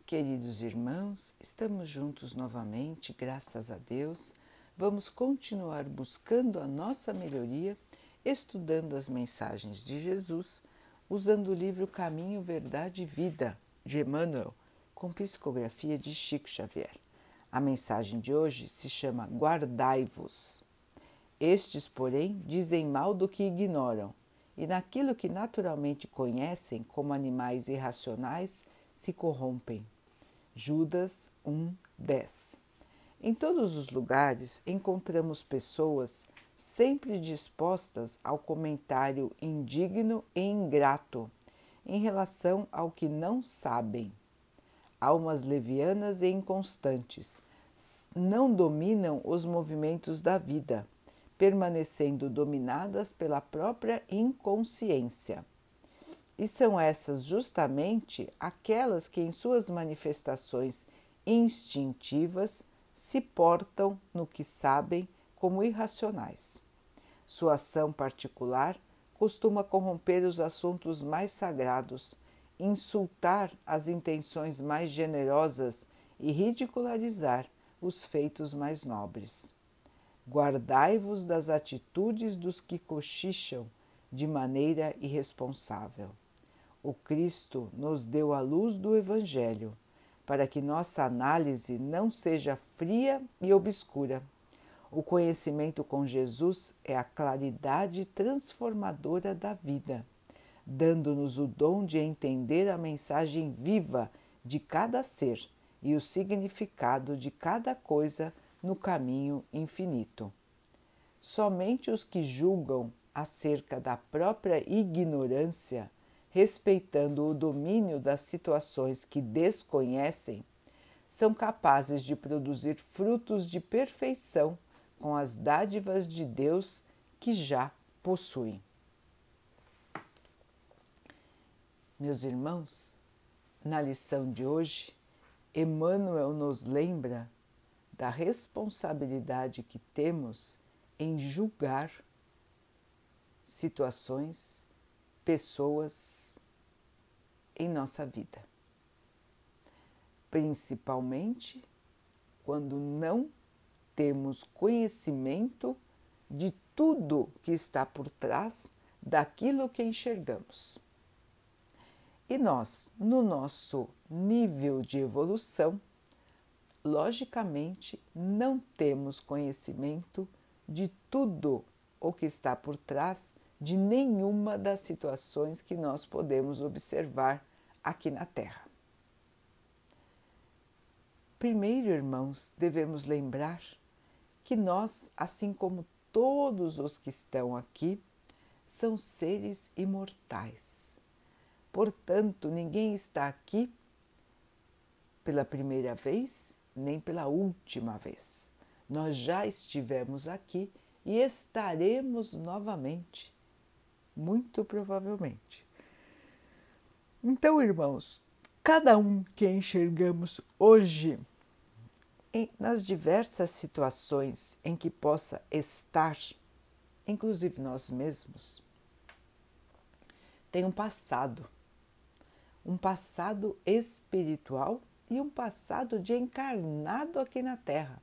Queridos irmãos, estamos juntos novamente, graças a Deus. Vamos continuar buscando a nossa melhoria, estudando as mensagens de Jesus, usando o livro Caminho, Verdade e Vida, de Emmanuel, com psicografia de Chico Xavier. A mensagem de hoje se chama Guardai-vos. Estes, porém, dizem mal do que ignoram, e naquilo que naturalmente conhecem como animais irracionais, se corrompem. Judas 1:10. Em todos os lugares encontramos pessoas sempre dispostas ao comentário indigno e ingrato em relação ao que não sabem. Almas levianas e inconstantes não dominam os movimentos da vida, permanecendo dominadas pela própria inconsciência. E são essas justamente aquelas que, em suas manifestações instintivas, se portam no que sabem como irracionais. Sua ação particular costuma corromper os assuntos mais sagrados, insultar as intenções mais generosas e ridicularizar os feitos mais nobres. Guardai-vos das atitudes dos que cochicham de maneira irresponsável. O Cristo nos deu a luz do Evangelho, para que nossa análise não seja fria e obscura. O conhecimento com Jesus é a claridade transformadora da vida, dando-nos o dom de entender a mensagem viva de cada ser e o significado de cada coisa no caminho infinito. Somente os que julgam acerca da própria ignorância, respeitando o domínio das situações que desconhecem, são capazes de produzir frutos de perfeição com as dádivas de Deus que já possuem. Meus irmãos, na lição de hoje, Emmanuel nos lembra da responsabilidade que temos em julgar situações, pessoas em nossa vida, principalmente quando não temos conhecimento de tudo que está por trás daquilo que enxergamos. E nós, no nosso nível de evolução, logicamente não temos conhecimento de tudo o que está por trás de nenhuma das situações que nós podemos observar aqui na Terra. Primeiro, irmãos, devemos lembrar que nós, assim como todos os que estão aqui, são seres imortais. Portanto, ninguém está aqui pela primeira vez, nem pela última vez. Nós já estivemos aqui e estaremos novamente, muito provavelmente. Então, irmãos, cada um que enxergamos hoje, nas diversas situações em que possa estar, inclusive nós mesmos, tem um passado espiritual e um passado de encarnado aqui na Terra,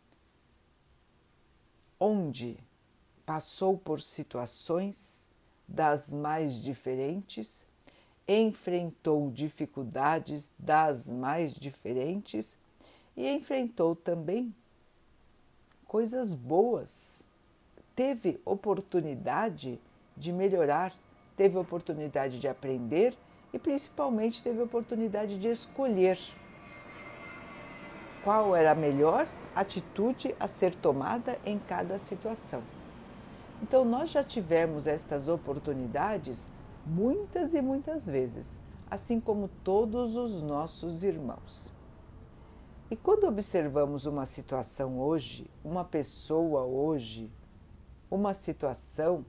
onde passou por situações das mais diferentes, enfrentou dificuldades das mais diferentes e enfrentou também coisas boas. Teve oportunidade de melhorar, teve oportunidade de aprender e principalmente teve oportunidade de escolher qual era a melhor atitude a ser tomada em cada situação. Então, nós já tivemos estas oportunidades muitas e muitas vezes, assim como todos os nossos irmãos. E quando observamos uma situação hoje, uma pessoa hoje, uma situação,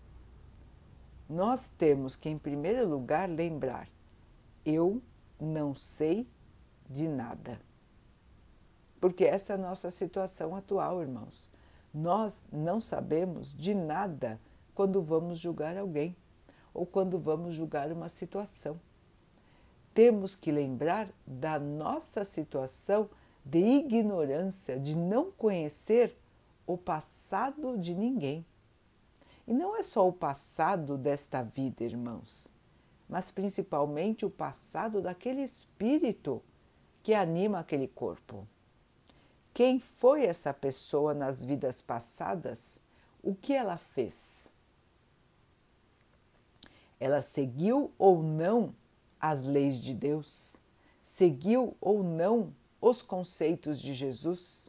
nós temos que, em primeiro lugar, lembrar: eu não sei de nada. Porque essa é a nossa situação atual, irmãos. Nós não sabemos de nada quando vamos julgar alguém ou quando vamos julgar uma situação. temos que lembrar da nossa situação de ignorância, de não conhecer o passado de ninguém. E não é só o passado desta vida, irmãos, mas principalmente o passado daquele espírito que anima aquele corpo. Quem foi essa pessoa nas vidas passadas? O que ela fez? Ela seguiu ou não as leis de Deus? Seguiu ou não os conceitos de Jesus?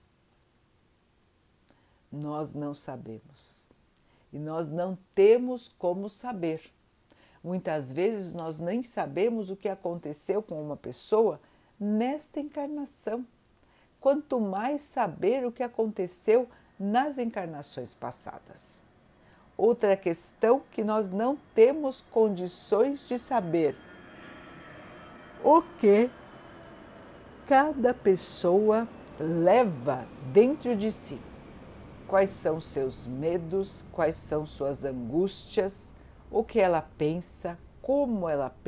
Nós não sabemos. E nós não temos como saber. Muitas vezes nós nem sabemos o que aconteceu com uma pessoa nesta encarnação. Quanto mais saber o que aconteceu nas encarnações passadas. Outra questão que nós não temos condições de saber o que cada pessoa leva dentro de si. Quais são seus medos, quais são suas angústias, o que ela pensa, como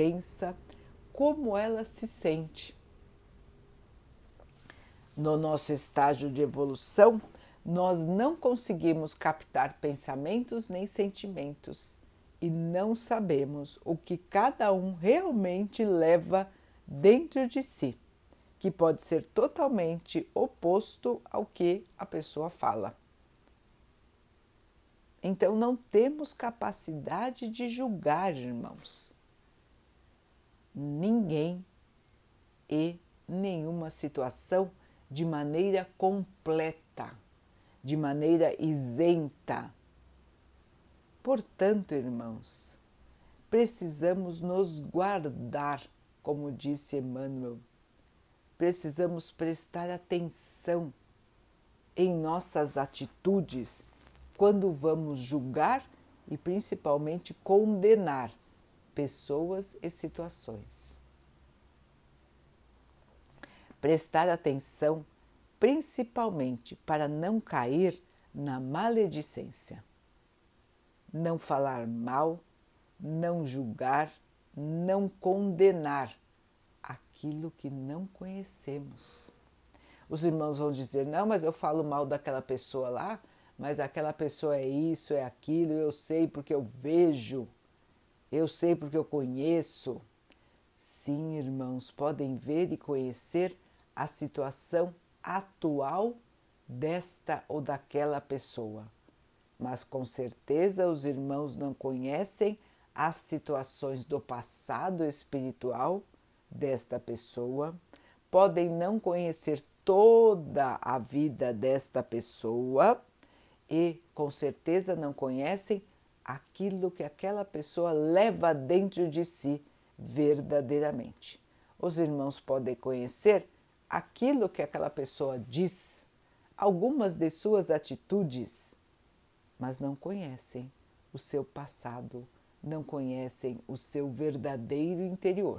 ela se sente. No nosso estágio de evolução, nós não conseguimos captar pensamentos nem sentimentos e não sabemos o que cada um realmente leva dentro de si, que pode ser totalmente oposto ao que a pessoa fala. Então não temos capacidade de julgar, irmãos, ninguém e nenhuma situação de maneira completa, de maneira isenta. Portanto, irmãos, precisamos nos guardar, como disse Emmanuel, precisamos prestar atenção em nossas atitudes quando vamos julgar e principalmente condenar pessoas e situações. Prestar atenção principalmente para não cair na maledicência. Não falar mal, não julgar, não condenar aquilo que não conhecemos. Os irmãos vão dizer, não, mas eu falo mal daquela pessoa lá, mas aquela pessoa é isso, é aquilo, eu sei porque eu vejo, eu sei porque eu conheço. Sim, irmãos, podem ver e conhecer a situação atual desta ou daquela pessoa, mas com certeza os irmãos não conhecem as situações do passado espiritual desta pessoa, podem não conhecer toda a vida desta pessoa e com certeza não conhecem aquilo que aquela pessoa leva dentro de si verdadeiramente. Os irmãos podem conhecer aquilo que aquela pessoa diz, algumas de suas atitudes, mas não conhecem o seu passado, não conhecem o seu verdadeiro interior.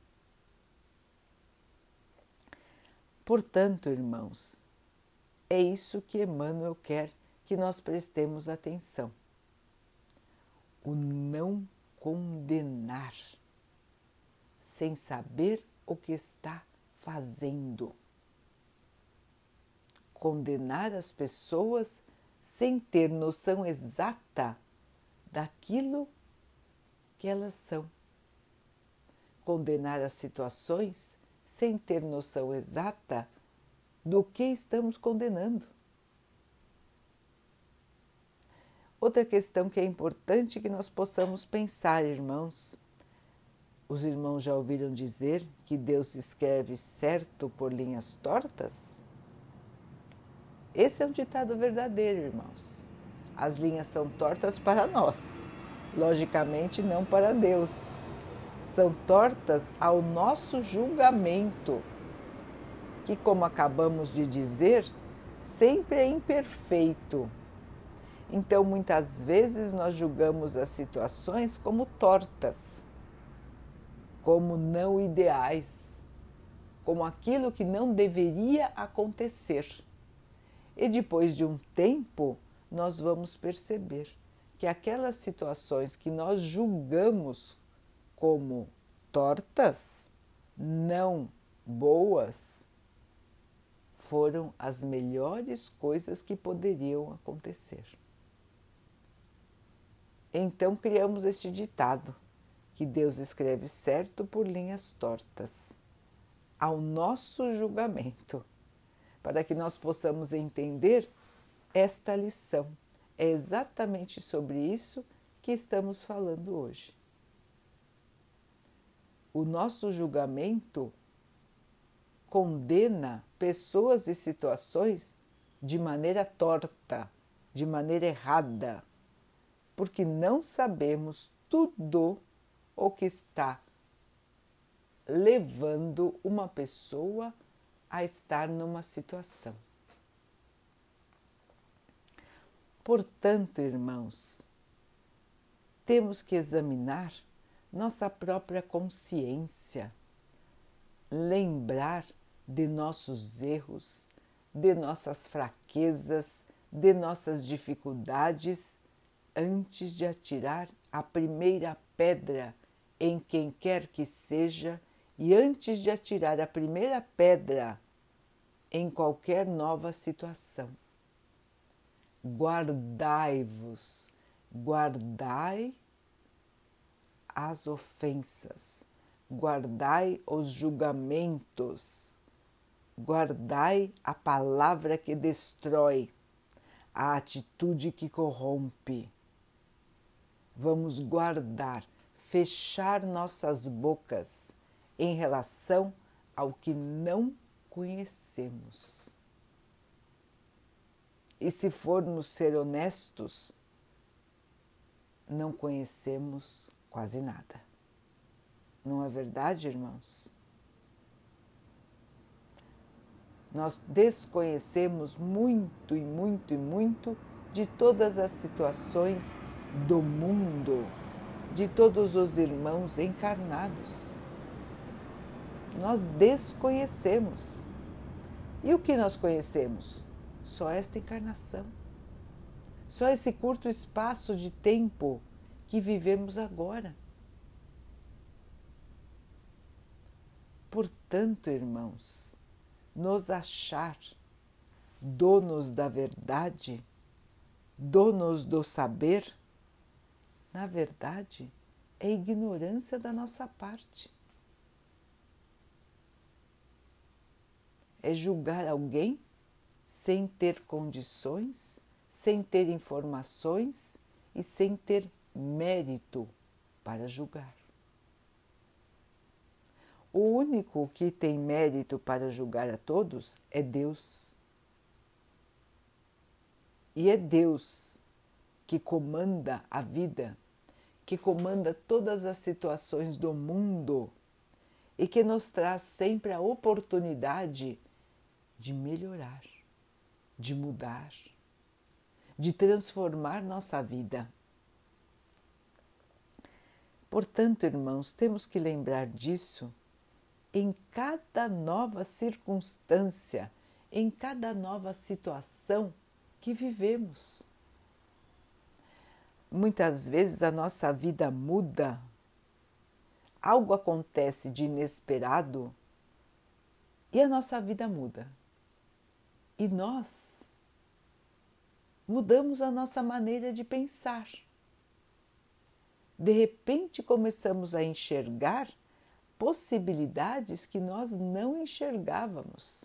Portanto, irmãos, é isso que Emmanuel quer que nós prestemos atenção. O não condenar, sem saber o que está fazendo. Condenar as pessoas sem ter noção exata daquilo que elas são. Condenar as situações sem ter noção exata do que estamos condenando. Outra questão que é importante que nós possamos pensar, irmãos. Os irmãos já ouviram dizer que Deus escreve certo por linhas tortas? Esse é um ditado verdadeiro, irmãos. As linhas são tortas para nós, logicamente não para Deus. São tortas ao nosso julgamento, que, como acabamos de dizer, sempre é imperfeito. Então, muitas vezes nós julgamos as situações como tortas, como não ideais, como aquilo que não deveria acontecer. E depois de um tempo, nós vamos perceber que aquelas situações que nós julgamos como tortas não boas foram as melhores coisas que poderiam acontecer. Então criamos este ditado, que Deus escreve certo por linhas tortas, ao nosso julgamento, para que nós possamos entender esta lição. É exatamente sobre isso que estamos falando hoje. O nosso julgamento condena pessoas e situações de maneira torta, de maneira errada, porque não sabemos tudo o que está levando uma pessoa a estar numa situação. Portanto, irmãos, temos que examinar nossa própria consciência, lembrar de nossos erros, de nossas fraquezas, de nossas dificuldades, antes de atirar a primeira pedra em quem quer que seja e antes de atirar a primeira pedra em qualquer nova situação. Guardai-vos, guardai as ofensas, guardai os julgamentos, guardai a palavra que destrói, a atitude que corrompe. Vamos guardar, fechar nossas bocas em relação ao que não conhecemos. E se formos ser honestos, não conhecemos quase nada. Não é verdade, irmãos? Nós desconhecemos muito e muito e muito de todas as situações do mundo, de todos os irmãos encarnados. Nós desconhecemos. E o que nós conhecemos? Só esta encarnação. Só esse curto espaço de tempo que vivemos agora. Portanto, irmãos, nos achar donos da verdade, donos do saber, na verdade, é ignorância da nossa parte. É julgar alguém sem ter condições, sem ter informações e sem ter mérito para julgar. O único que tem mérito para julgar a todos é Deus. E é Deus que comanda a vida, que comanda todas as situações do mundo e que nos traz sempre a oportunidade de melhorar, de mudar, de transformar nossa vida. Portanto, irmãos, temos que lembrar disso em cada nova circunstância, em cada nova situação que vivemos. Muitas vezes a nossa vida muda, algo acontece de inesperado e a nossa vida muda. E nós mudamos a nossa maneira de pensar. De repente começamos a enxergar possibilidades que nós não enxergávamos.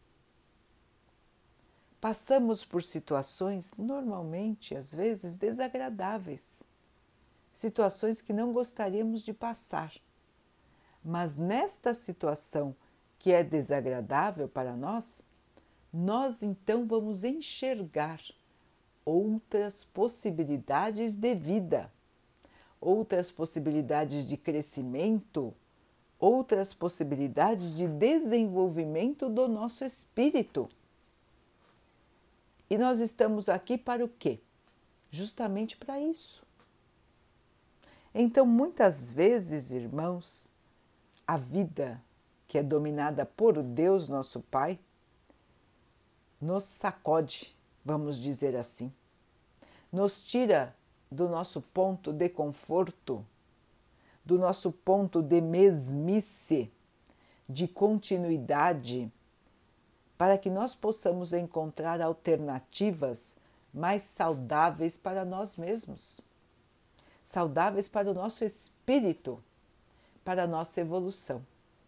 Passamos por situações, normalmente, às vezes, desagradáveis. Situações que não gostaríamos de passar. Mas nesta situação que é desagradável para nós, nós então vamos enxergar outras possibilidades de vida, outras possibilidades de crescimento, outras possibilidades de desenvolvimento do nosso espírito. E nós estamos aqui para o quê? Justamente para isso. Então, muitas vezes, irmãos, a vida que é dominada por Deus, nosso Pai, nos sacode, vamos dizer assim, nos tira do nosso ponto de conforto, do nosso ponto de mesmice de continuidade, para que nós possamos encontrar alternativas mais saudáveis para nós mesmos, saudáveis para o nosso espírito, para a nossa evolução.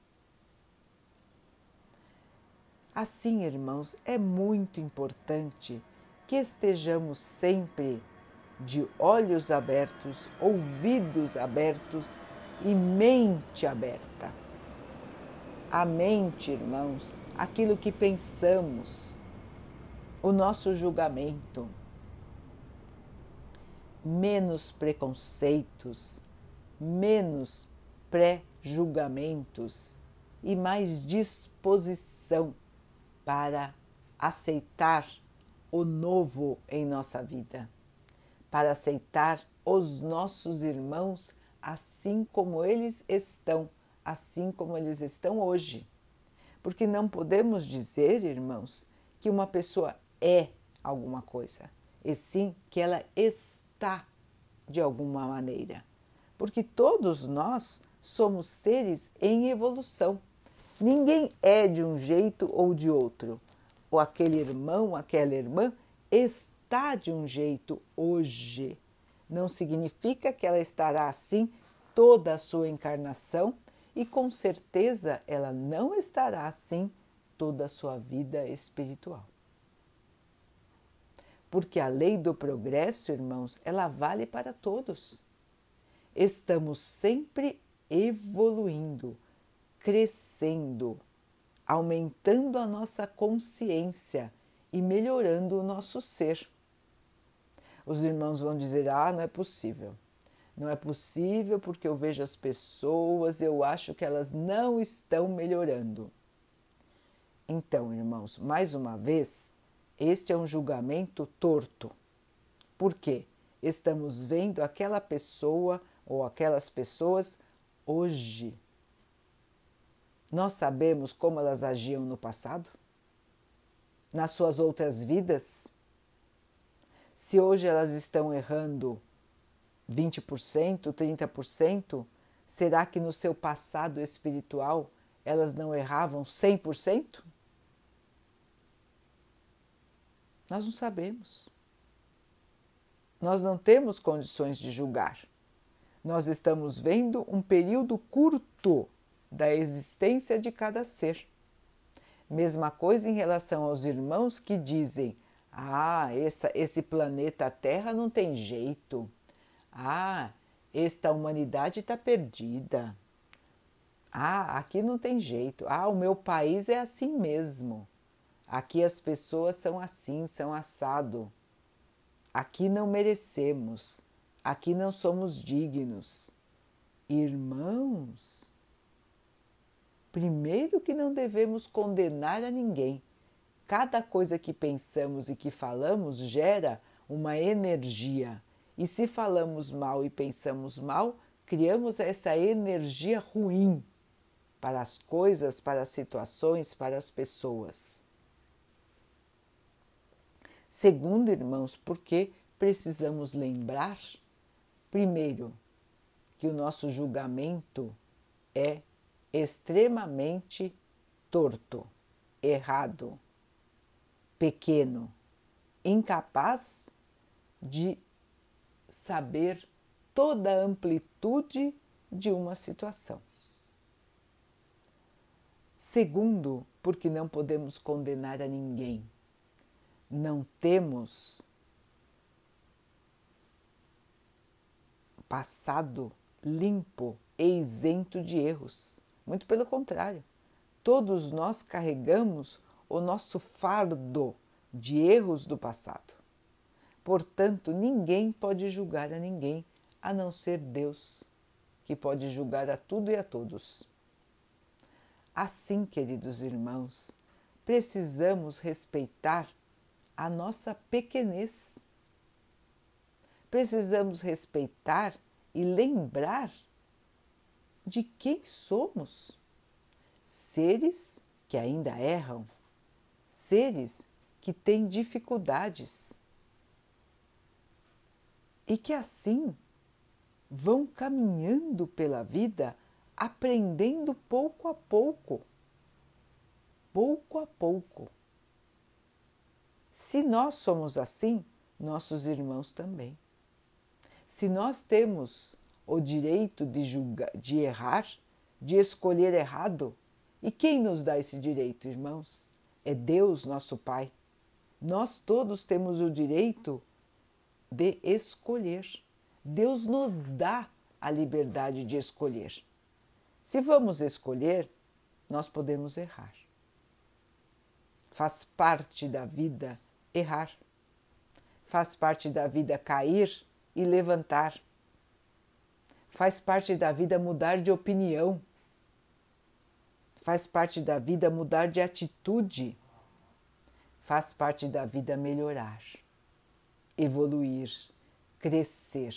Assim, irmãos, é muito importante que estejamos sempre de olhos abertos, ouvidos abertos e mente aberta. A mente, irmãos, aquilo que pensamos, o nosso julgamento, menos preconceitos, menos pré-julgamentos e mais disposição para aceitar o novo em nossa vida, para aceitar os nossos irmãos assim como eles estão hoje. Porque não podemos dizer, irmãos, que uma pessoa é alguma coisa, e sim que ela está de alguma maneira. Porque todos nós somos seres em evolução. Ninguém é de um jeito ou de outro. Ou aquele irmão, aquela irmã está de um jeito hoje. Não significa que ela estará assim toda a sua encarnação e com certeza ela não estará assim toda a sua vida espiritual. Porque a lei do progresso, irmãos, ela vale para todos. Estamos sempre evoluindo, crescendo, aumentando a nossa consciência e melhorando o nosso ser. Os irmãos vão dizer, não é possível. Não é possível porque eu vejo as pessoas e eu acho que elas não estão melhorando. Então, irmãos, mais uma vez, este é um julgamento torto. Por quê? Estamos vendo aquela pessoa ou aquelas pessoas hoje. Nós sabemos como elas agiam no passado? Nas suas outras vidas? Se hoje elas estão errando 20%, 30%, será que no seu passado espiritual elas não erravam 100%? Nós não sabemos. Nós não temos condições de julgar. Nós estamos vendo um período curto da existência de cada ser. Mesma coisa em relação aos irmãos que dizem: esse planeta Terra não tem jeito. Esta humanidade está perdida. Aqui não tem jeito. O meu país é assim mesmo. Aqui as pessoas são assim, são assado. Aqui não merecemos. Aqui não somos dignos. Irmãos, primeiro que não devemos condenar a ninguém. Cada coisa que pensamos e que falamos gera uma energia. E se falamos mal e pensamos mal, criamos essa energia ruim para as coisas, para as situações, para as pessoas. Segundo, irmãos, porque precisamos lembrar, primeiro, que o nosso julgamento é extremamente torto, errado, pequeno, incapaz de saber toda a amplitude de uma situação. Segundo, porque não podemos condenar a ninguém. Não temos passado limpo e isento de erros. Muito pelo contrário, todos nós carregamos o nosso fardo de erros do passado. Portanto, ninguém pode julgar a ninguém, a não ser Deus, que pode julgar a tudo e a todos. Assim, queridos irmãos, precisamos respeitar a nossa pequenez. Precisamos respeitar e lembrar de quem somos. Seres que ainda erram, seres que têm dificuldades e que assim vão caminhando pela vida, aprendendo pouco a pouco, pouco. Se nós somos assim, nossos irmãos também. Se nós temos o direito de julgar, de errar, de escolher errado, e quem nos dá esse direito, irmãos? É Deus, nosso Pai. Nós todos temos o direito de escolher. Deus nos dá a liberdade de escolher. Se vamos escolher, nós podemos errar. Faz parte da vida errar. Faz parte da vida cair e levantar. Faz parte da vida mudar de opinião. Faz parte da vida mudar de atitude. Faz parte da vida melhorar, evoluir, crescer.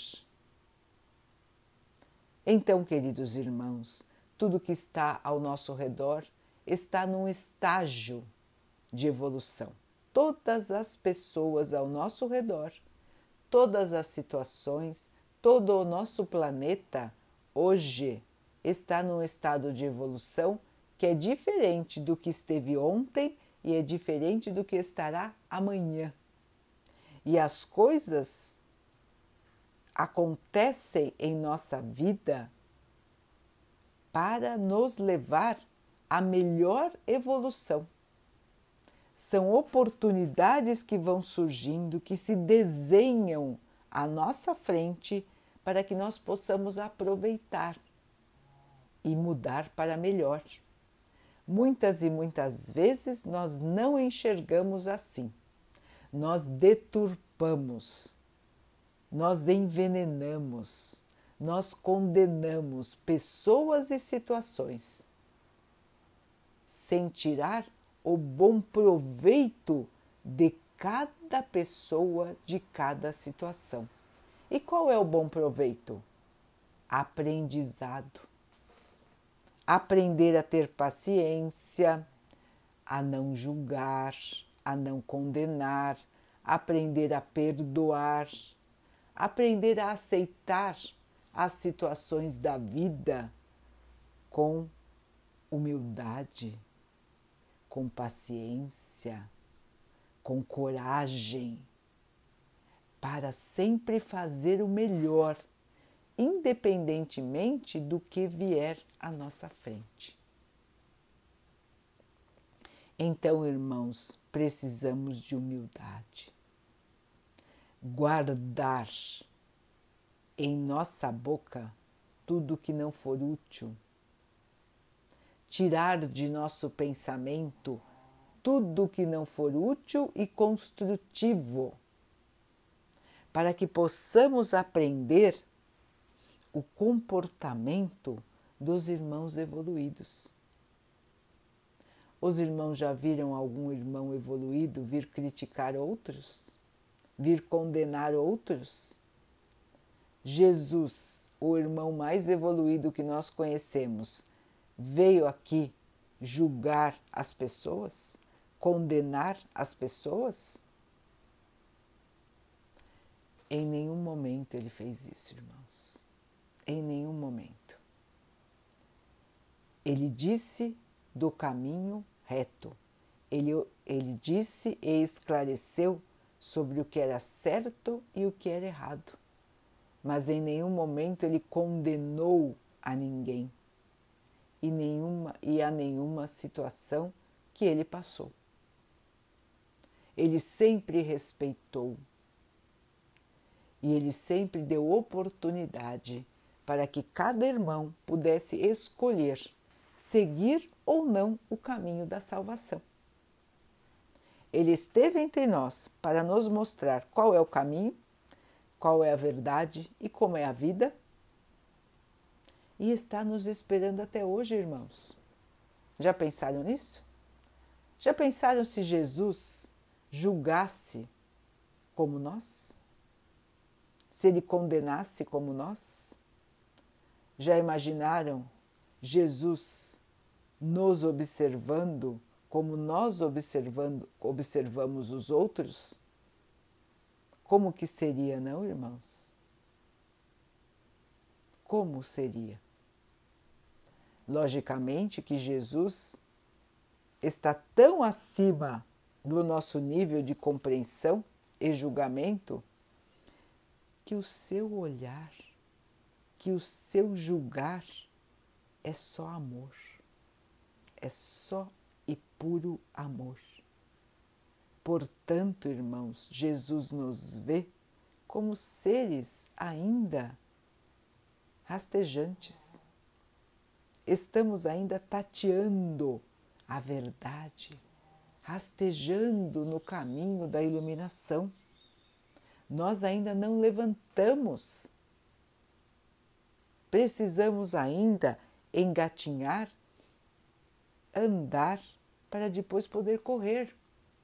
Então, queridos irmãos, tudo que está ao nosso redor está num estágio de evolução. Todas as pessoas ao nosso redor, todas as situações, todo o nosso planeta hoje está num estado de evolução que é diferente do que esteve ontem e é diferente do que estará amanhã. E as coisas acontecem em nossa vida para nos levar à melhor evolução. São oportunidades que vão surgindo, que se desenham à nossa frente para que nós possamos aproveitar e mudar para melhor. Muitas e muitas vezes nós não enxergamos assim. Nós deturpamos, nós envenenamos, nós condenamos pessoas e situações, sem tirar o bom proveito de cada pessoa, de cada situação. E qual é o bom proveito? Aprendizado. Aprender a ter paciência, a não julgar, a não condenar, aprender a perdoar, aprender a aceitar as situações da vida com humildade, com paciência, com coragem, para sempre fazer o melhor, independentemente do que vier à nossa frente. Então, irmãos, precisamos de humildade. Guardar em nossa boca tudo que não for útil. Tirar de nosso pensamento tudo que não for útil e construtivo, para que possamos aprender o comportamento dos irmãos evoluídos. Os irmãos já viram algum irmão evoluído vir criticar outros? Vir condenar outros? Jesus, o irmão mais evoluído que nós conhecemos, veio aqui julgar as pessoas? Condenar as pessoas? Em nenhum momento ele fez isso, irmãos. Em nenhum momento. Ele disse do caminho reto. Ele disse e esclareceu sobre o que era certo e o que era errado. Mas em nenhum momento ele condenou a ninguém e a nenhuma situação que ele passou. Ele sempre respeitou e ele sempre deu oportunidade para que cada irmão pudesse escolher seguir ou não o caminho da salvação. Ele esteve entre nós para nos mostrar qual é o caminho, qual é a verdade e como é a vida. E está nos esperando até hoje, irmãos. Já pensaram nisso? Já pensaram se Jesus julgasse como nós? Se ele condenasse como nós? Já imaginaram Jesus nos observando como nós observamos os outros? Como que seria, não, irmãos? Como seria? Logicamente que Jesus está tão acima do nosso nível de compreensão e julgamento que o seu olhar, que o seu julgar é só amor, é só e puro amor. Portanto, irmãos, Jesus nos vê como seres ainda rastejantes. Estamos ainda tateando a verdade, rastejando no caminho da iluminação. Nós ainda não levantamos. Precisamos ainda engatinhar, andar, para depois poder correr.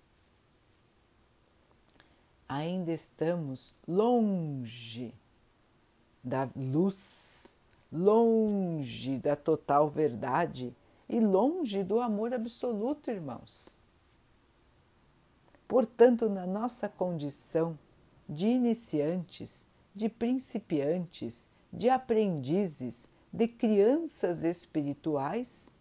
Ainda estamos longe da luz, longe da total verdade e longe do amor absoluto, irmãos. Portanto, na nossa condição de iniciantes, de principiantes, de aprendizes, de crianças espirituais,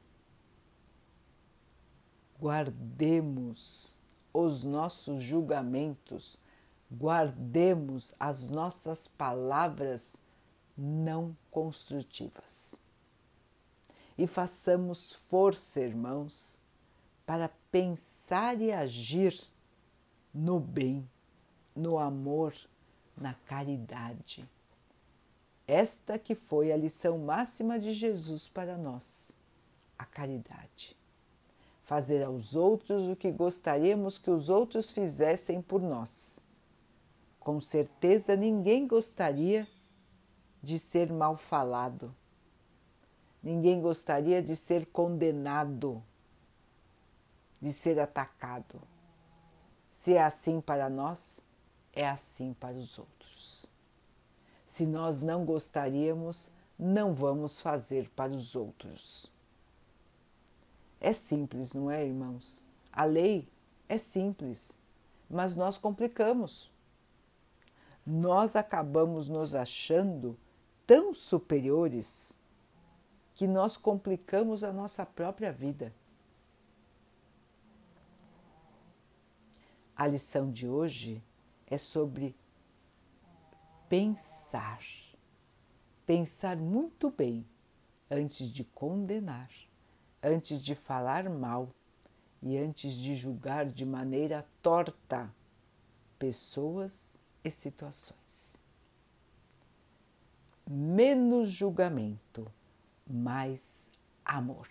guardemos os nossos julgamentos, guardemos as nossas palavras não construtivas. E façamos força, irmãos, para pensar e agir no bem, no amor, na caridade. Esta que foi a lição máxima de Jesus para nós, a caridade. Fazer aos outros o que gostaríamos que os outros fizessem por nós. Com certeza ninguém gostaria de ser mal falado. Ninguém gostaria de ser condenado, de ser atacado. Se é assim para nós, é assim para os outros. Se nós não gostaríamos, não vamos fazer para os outros. É simples, não é, irmãos? A lei é simples, mas nós complicamos. Nós acabamos nos achando tão superiores que nós complicamos a nossa própria vida. A lição de hoje é sobre pensar. Pensar muito bem antes de condenar, antes de falar mal e antes de julgar de maneira torta pessoas e situações. Menos julgamento, mais amor.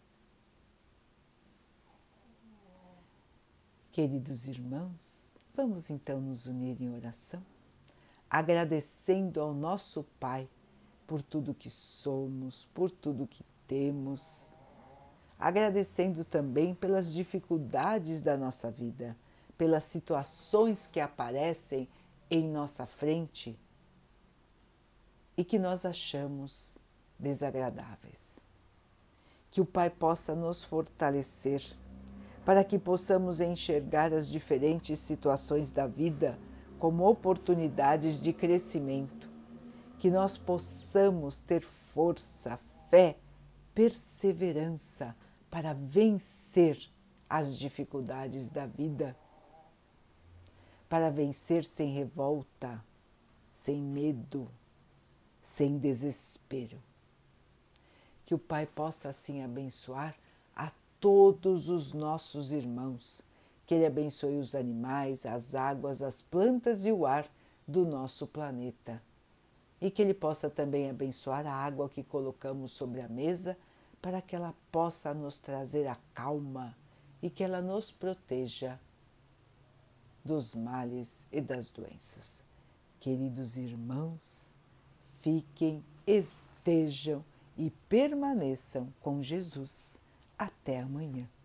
Queridos irmãos, vamos então nos unir em oração, agradecendo ao nosso Pai por tudo que somos, por tudo que temos, agradecendo também pelas dificuldades da nossa vida, pelas situações que aparecem em nossa frente e que nós achamos desagradáveis. Que o Pai possa nos fortalecer para que possamos enxergar as diferentes situações da vida como oportunidades de crescimento, que nós possamos ter força, fé, perseverança para vencer as dificuldades da vida, para vencer sem revolta, sem medo, sem desespero. Que o Pai possa assim abençoar a todos os nossos irmãos, que Ele abençoe os animais, as águas, as plantas e o ar do nosso planeta. E que Ele possa também abençoar a água que colocamos sobre a mesa para que ela possa nos trazer a calma e que ela nos proteja dos males e das doenças. Queridos irmãos, fiquem, estejam e permaneçam com Jesus. Até amanhã.